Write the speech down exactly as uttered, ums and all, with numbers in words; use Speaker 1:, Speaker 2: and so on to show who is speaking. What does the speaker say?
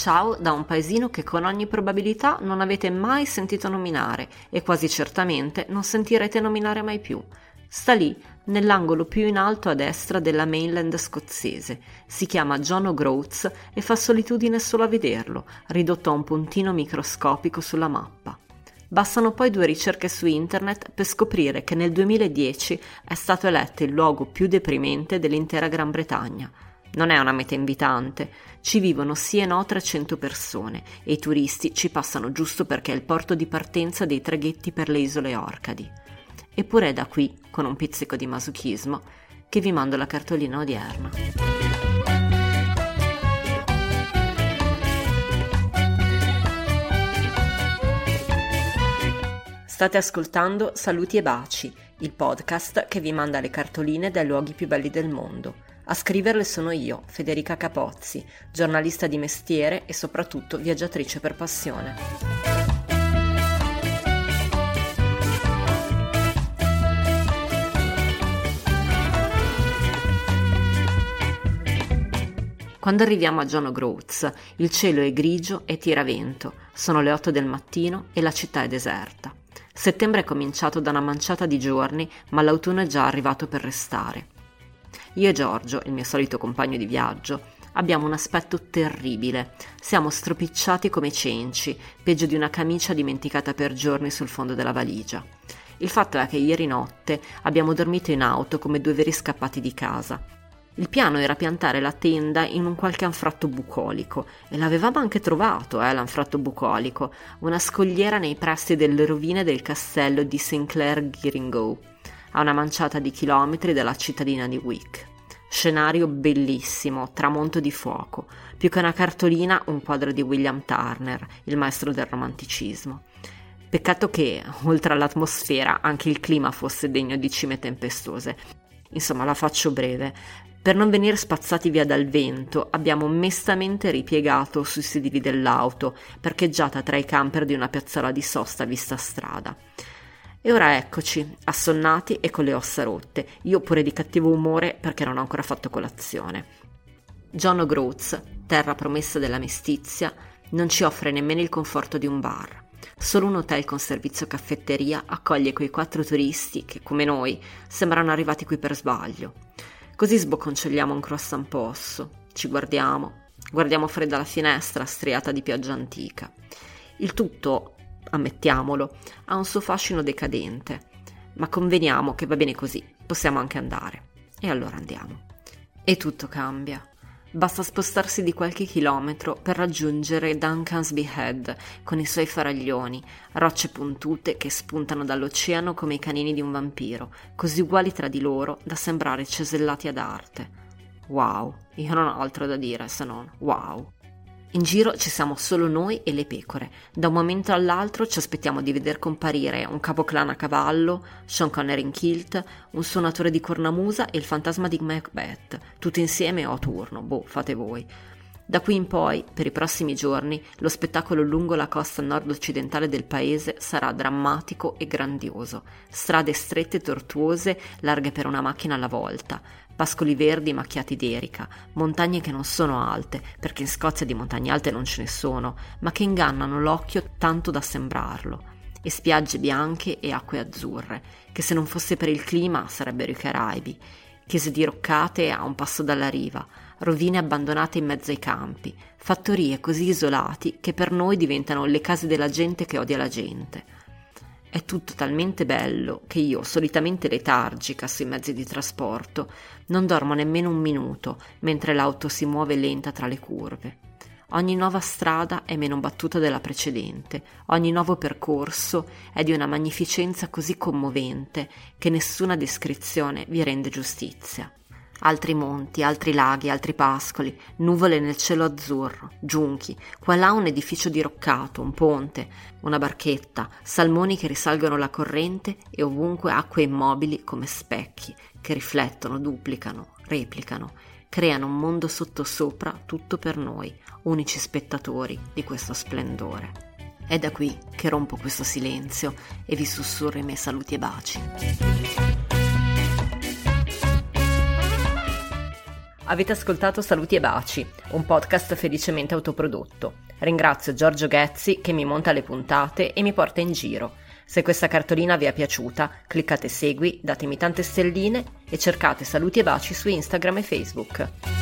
Speaker 1: Ciao da un paesino che con ogni probabilità non avete mai sentito nominare e quasi certamente non sentirete nominare mai più. Sta lì, nell'angolo più in alto a destra della mainland scozzese. Si chiama John O'Groats e fa solitudine solo a vederlo, ridotto a un puntino microscopico sulla mappa. Bastano poi due ricerche su internet per scoprire che nel duemiladieci è stato eletto il luogo più deprimente dell'intera Gran Bretagna. Non è una meta invitante, ci vivono sì e no trecento persone e i turisti ci passano giusto perché è il porto di partenza dei traghetti per le isole Orcadi. Eppure è da qui, con un pizzico di masochismo, che vi mando la cartolina odierna. State ascoltando Saluti e Baci, il podcast che vi manda le cartoline dai luoghi più belli del mondo. A scriverle sono io, Federica Capozzi, giornalista di mestiere e soprattutto viaggiatrice per passione. Quando arriviamo a John O'Groats, il cielo è grigio e tira vento, sono le otto del mattino e la città è deserta. Settembre è cominciato da una manciata di giorni, ma l'autunno è già arrivato per restare. Io e Giorgio, il mio solito compagno di viaggio, abbiamo un aspetto terribile. Siamo stropicciati come cenci, peggio di una camicia dimenticata per giorni sul fondo della valigia. Il fatto è che ieri notte abbiamo dormito in auto come due veri scappati di casa. Il piano era piantare la tenda in un qualche anfratto bucolico, e l'avevamo anche trovato, eh, l'anfratto bucolico, una scogliera nei pressi delle rovine del castello di Sinclair Girringo, a una manciata di chilometri dalla cittadina di Wick. Scenario bellissimo, tramonto di fuoco, più che una cartolina un quadro di William Turner, il maestro del romanticismo. Peccato che, oltre all'atmosfera, anche il clima fosse degno di cime tempestose. Insomma, la faccio breve. Per non venire spazzati via dal vento, abbiamo mestamente ripiegato sui sedili dell'auto, parcheggiata tra i camper di una piazzola di sosta vista strada. E ora eccoci, assonnati e con le ossa rotte, io pure di cattivo umore perché non ho ancora fatto colazione. John O'Groats, terra promessa della mestizia, non ci offre nemmeno il conforto di un bar. Solo un hotel con servizio caffetteria accoglie quei quattro turisti che, come noi, sembrano arrivati qui per sbaglio. Così sbocconcelliamo un croissant posso, ci guardiamo, guardiamo fuori dalla finestra striata di pioggia antica. Il tutto, ammettiamolo, ha un suo fascino decadente, ma conveniamo che va bene così, possiamo anche andare. E allora andiamo. E tutto cambia. Basta spostarsi di qualche chilometro per raggiungere Duncansby Head con i suoi faraglioni, rocce puntute che spuntano dall'oceano come i canini di un vampiro, così uguali tra di loro da sembrare cesellati ad arte. Wow, io non ho altro da dire se non wow. In giro ci siamo solo noi e le pecore. Da un momento all'altro ci aspettiamo di veder comparire un capoclan a cavallo, Sean Connery in kilt, un suonatore di cornamusa e il fantasma di Macbeth, tutti insieme o a turno, boh, fate voi. Da qui in poi, per i prossimi giorni, lo spettacolo lungo la costa nord-occidentale del paese sarà drammatico e grandioso. Strade strette e tortuose, larghe per una macchina alla volta, pascoli verdi macchiati d'erica, montagne che non sono alte, perché in Scozia di montagne alte non ce ne sono, ma che ingannano l'occhio tanto da sembrarlo, e spiagge bianche e acque azzurre, che se non fosse per il clima sarebbero i Caraibi, chiese diroccate a un passo dalla riva, rovine abbandonate in mezzo ai campi, fattorie così isolati che per noi diventano le case della gente che odia la gente. È tutto talmente bello che io, solitamente letargica sui mezzi di trasporto, non dormo nemmeno un minuto mentre l'auto si muove lenta tra le curve. Ogni nuova strada è meno battuta della precedente, ogni nuovo percorso è di una magnificenza così commovente che nessuna descrizione vi rende giustizia. Altri monti, altri laghi, altri pascoli, nuvole nel cielo azzurro, giunchi, qua là un edificio diroccato, un ponte, una barchetta, salmoni che risalgono la corrente e ovunque acque immobili come specchi che riflettono, duplicano, replicano, creano un mondo sottosopra tutto per noi, unici spettatori di questo splendore. È da qui che rompo questo silenzio e vi sussurro i miei saluti e baci. Avete ascoltato Saluti e Baci, un podcast felicemente autoprodotto. Ringrazio Giorgio Ghezzi che mi monta le puntate e mi porta in giro. Se questa cartolina vi è piaciuta, cliccate segui, datemi tante stelline e cercate Saluti e Baci su Instagram e Facebook.